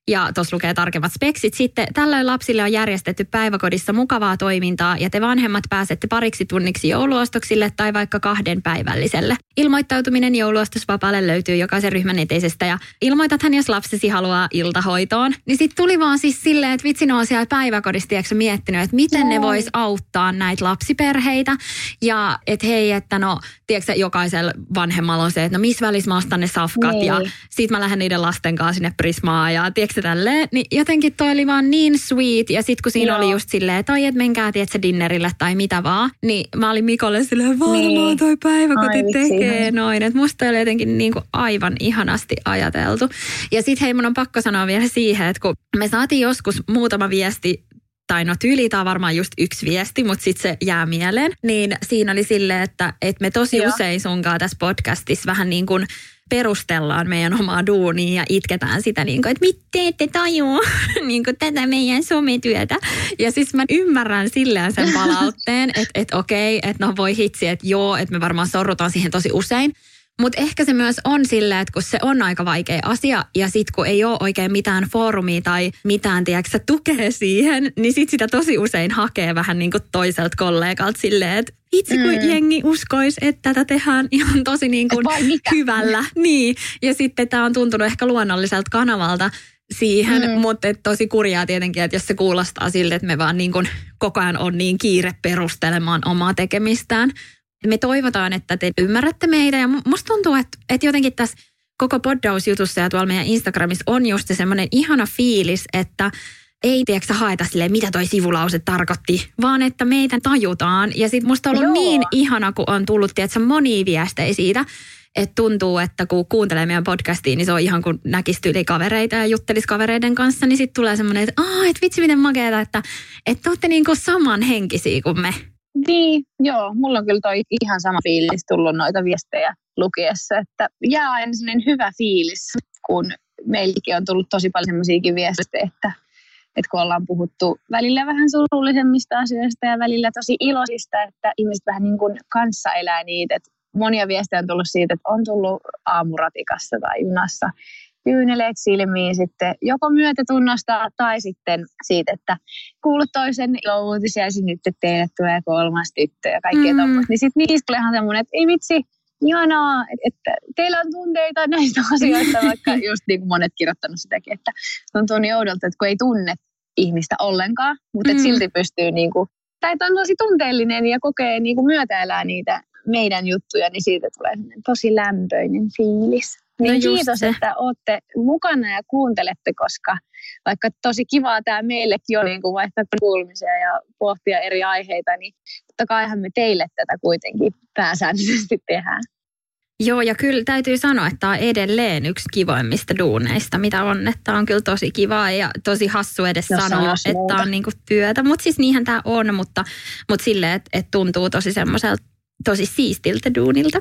ja tuossa lukee tarkemmat speksit. Sitten tällöin lapsille on järjestetty päiväkodissa mukavaa toimintaa ja te vanhemmat pääsette pariksi tunniksi jouluostoksille tai vaikka kahden päivälliselle. Ilmoittautuminen jouluostosvapaalle löytyy jokaisen ryhmän eteisestä ja ilmoitathan, jos lapsesi haluaa iltahoitoon. Niin sitten tuli vaan siis silleen, että vitsi, ne on siellä päiväkodissa tiedätkö, miettinyt, että miten ne vois auttaa näitä lapsiperheitä. Ja että hei, että no, tiedätkö, jokaisella vanhemmalla on se, että no missä välissä mä ostan ne safkat niin. Ja sit mä lähden niiden lasten kanssa sinne Prismaan ja tiedätkö tälleen. Niin jotenkin toi oli vaan niin sweet ja sit kun siinä Joo. oli just silleen, että oi, et menkää tiedätkö dinnerille tai mitä vaan. Niin mä olin Mikolle silleen, varmaan niin. toi päiväkoti Ai, tekee vitsi. Noin. Että musta oli jotenkin niin kuin aivan ihanasti ajateltu. Ja sit hei, mun on pakko sanoa vielä siihen, että kun me saatiin joskus muutama viesti, tai no tyyli, tämä on varmaan just yksi viesti, mutta sitten se jää mieleen. Niin siinä oli silleen, että, että me tosi Joo. usein sunkaan tässä podcastissa vähän niin kuin perustellaan meidän omaa duunia ja itketään sitä niin kuin, että mit te ette tajua niin kuin tätä meidän sometyötä. Ja siis mä ymmärrän silleen sen palautteen, että, että okei, että no voi hitsi, että joo, että me varmaan sorrutaan siihen tosi usein. Mutta ehkä se myös on silleen, että kun se on aika vaikea asia ja sitten kun ei ole oikein mitään foorumia tai mitään, tiedätkö, tukea siihen, niin sitten sitä tosi usein hakee vähän niin kuin toiselta kollegalta silleen, että itse kun mm. jengi uskoisi, että tätä tehdään ihan tosi niin kuin hyvällä. Niin, ja sitten tämä on tuntunut ehkä luonnolliselta kanavalta siihen, mm. mutta tosi kurjaa tietenkin, että jos se kuulostaa siltä, että me vaan niin kuin koko ajan on niin kiire perustelemaan omaa tekemistään. Me toivotaan, että te ymmärrätte meitä ja musta tuntuu, että, että jotenkin tässä koko poddausjutussa ja tuolla meidän Instagramissa on just se semmoinen ihana fiilis, että ei tiedätkö haeta silleen, mitä toi sivulause tarkoitti, vaan että meitä tajutaan. Ja sit musta on ollut Joo. niin ihana, kun on tullut tiedätkö, monia viestejä siitä, että tuntuu, että kun kuuntelee meidän podcastia, niin se on ihan kuin näkisi tyyli kavereita ja juttelisi kavereiden kanssa, niin sitten tulee semmoinen, että aah, et vitsi miten makeata, että että olette niin kuin samanhenkisiä kuin me. Niin, joo. Mulla on kyllä toi ihan sama fiilis tullut noita viestejä lukiessa, että jää aina sellainen hyvä fiilis, kun meilläkin on tullut tosi paljon semmoisiakin viestejä, että, että kun ollaan puhuttu välillä vähän surullisemmista asioista ja välillä tosi iloisista, että ihmiset vähän niin kuin kanssa elää niitä. Että monia viestejä on tullut siitä, että on tullut aamuratikassa tai junassa kyyneleet silmiin sitten joko myötätunnosta tai sitten siitä, että kuulut toisen ilouutisia ja nyt teille tulee kolmas tyttö ja kaikkea mm. tuommoista. Niin sitten niistä tulee ihan semmoinen, että ei vitsi, ihanaa, että teillä on tunteita näistä asioista, vaikka just niin kuin monet kirjoittanut sitäkin, että tuntuu niin oudolta, että kun ei tunne ihmistä ollenkaan, mutta mm. silti pystyy niin kuin, tai että on tosi tunteellinen ja kokee niin kuin myötäelää niitä meidän juttuja, niin siitä tulee tosi lämpöinen fiilis. Niin no kiitos, se. Että olette mukana ja kuuntelette, koska vaikka tosi kivaa tämä meillekin on niin kuin vaihtaa kuulumisia ja pohtia eri aiheita, niin totta kaihan me teille tätä kuitenkin pääsääntöisesti tehdään. Joo, ja kyllä täytyy sanoa, että tämä on edelleen yksi kivoimmista duuneista, mitä on. Että tämä on kyllä tosi kivaa ja tosi hassu edes no, sanoa, että tämä on niinku työtä. Mutta siis niinhän tämä on, mutta, mutta silleen, että, että tuntuu tosi semmoiselta, tosi siistiltä duunilta.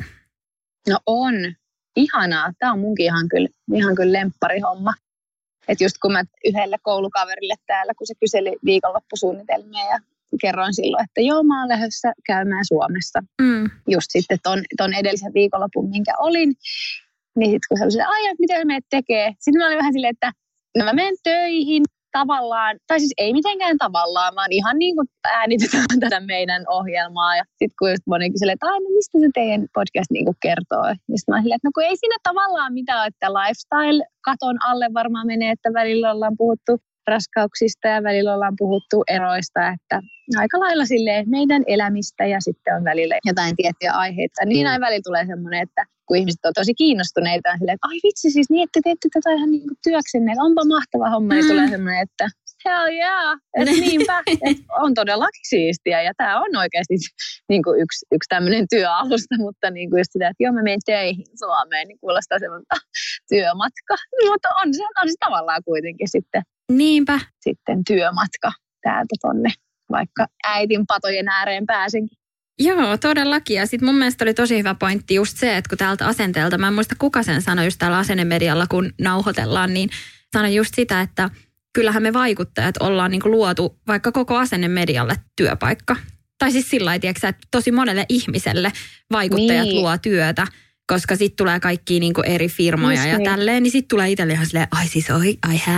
No on. Ihanaa. Tämä on munkin ihan kyllä, ihan kyllä lempparihomma. Että just kun mä yhdelle koulukaverille täällä, kun se kyseli viikonloppusuunnitelmia ja kerroin silloin, että joo, mä oon lähdössä käymään Suomessa. Mm. Just sitten ton, ton edellisen viikonlopun, minkä olin. Niin sitten kun se oli silleen, ai, mitä meidät tekee? Sitten mä olin vähän silleen, että no mä menen töihin tavallaan, tai siis ei mitenkään tavallaan, vaan ihan niin kuin äänitetään tätä meidän ohjelmaa. Ja sitten kun just moni kyselee, että aina mistä se teidän podcast niin kuin kertoo? Ja sitten mä silleen, että no kun ei siinä tavallaan mitään, että lifestyle-katon alle varmaan menee, että välillä ollaan puhuttu raskauksista ja välillä ollaan puhuttu eroista, että aika lailla silleen meidän elämistä ja sitten on välillä jotain tiettyjä aiheita. Niin näin välillä tulee semmoinen, että kun ihmiset on tosi kiinnostuneita, silleen, että ai vitsi siis niin, että teette tätä ihan niin kuin työksenne, että onpa mahtava homma, niin tulee semmoinen, että hell yeah, että niinpä, että on todellakin siistiä ja tämä on oikeasti niin kuin yksi, yksi tämmöinen työalusta, mutta niin kuin just sitä, että joo mä menen töihin Suomeen, niin kuulostaa semmoista työmatka, mutta on se, on se tavallaan kuitenkin sitten. Niinpä. Sitten työmatka täältä tonne, vaikka äitin patojen ääreen pääsenkin. Joo, todellakin. Ja sitten mun mielestä oli tosi hyvä pointti just se, että kun täältä asenteelta, mä en muista kuka sen sanoi just täällä asennemedialla, kun nauhoitellaan, niin sanoi just sitä, että kyllähän me vaikuttajat ollaan niin kuin luotu vaikka koko asennemedialle työpaikka. Tai siis sillä lailla, että tosi monelle ihmiselle vaikuttajat niin. luo työtä. Koska sitten tulee kaikkia niinku eri firmoja just ja niin. tälleen, niin sitten tulee itselle ihan silleen, ai siis oi, ai hää,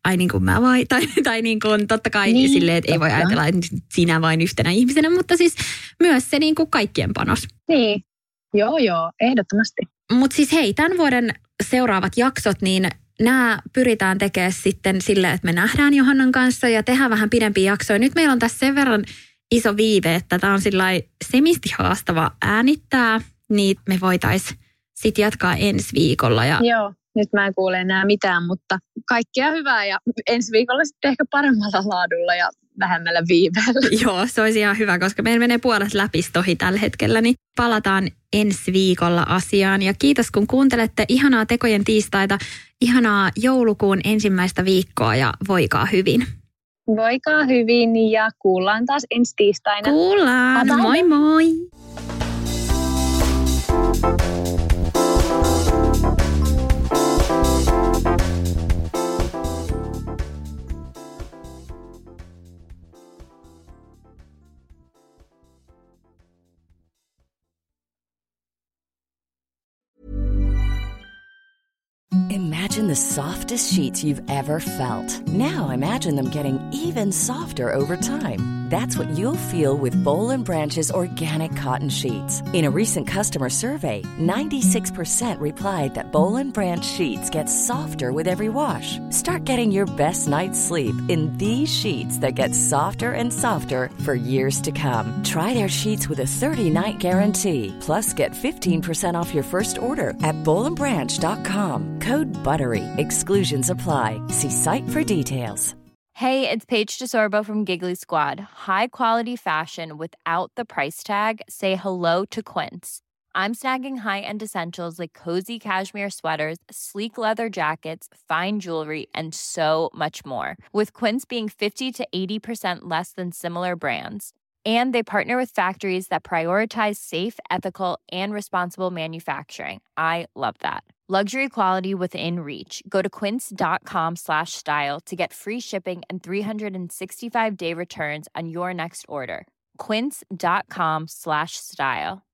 ai niin kuin mä vai, tai, tai niin kuin totta kai niin, silleen, että ei voi ajatella, että sinä vain yhtenä ihmisenä, mutta siis myös se niin kuin kaikkien panos. Niin, joo joo, ehdottomasti. Mutta siis hei, tämän vuoden seuraavat jaksot, niin nämä pyritään tekemään sitten silleen, että me nähdään Johannan kanssa ja tehdään vähän pidempiä jaksoja. Nyt meillä on tässä sen verran iso viive, että tämä on sillai semisti haastava äänittää, niin me voitaisiin sitten jatkaa ensi viikolla. Ja joo, nyt mä en kuule enää mitään, mutta kaikkea hyvää ja ensi viikolla sitten ehkä paremmalla laadulla ja vähemmällä viiveellä. Joo, se olisi ihan hyvä, koska meillä menee puolet läpistohi tällä hetkellä, niin palataan ensi viikolla asiaan. Ja kiitos kun kuuntelette, ihanaa tekojen tiistaita, ihanaa joulukuun ensimmäistä viikkoa ja voikaa hyvin. Voikaa hyvin ja kuullaan taas ensi tiistaina. Kuullaan, bye bye. Moi moi! Imagine the softest sheets you've ever felt. Now imagine them getting even softer over time. That's what you'll feel with Boll and Branch's organic cotton sheets. In a recent customer survey, ninety-six percent replied that Boll and Branch sheets get softer with every wash. Start getting your best night's sleep in these sheets that get softer and softer for years to come. Try their sheets with a thirty-night guarantee. Plus, get fifteen percent off your first order at boll and branch dot com. Code BUTTERY. Exclusions apply. See site for details. Hey, it's Paige DeSorbo from Giggly Squad. High quality fashion without the price tag. Say hello to Quince. I'm snagging high-end essentials like cozy cashmere sweaters, sleek leather jackets, fine jewelry, and so much more. With Quince being fifty to eighty percent less than similar brands. And they partner with factories that prioritize safe, ethical, and responsible manufacturing. I love that. Luxury quality within reach. Go to quince.com slash style to get free shipping and three sixty-five day returns on your next order. Quince.com slash style.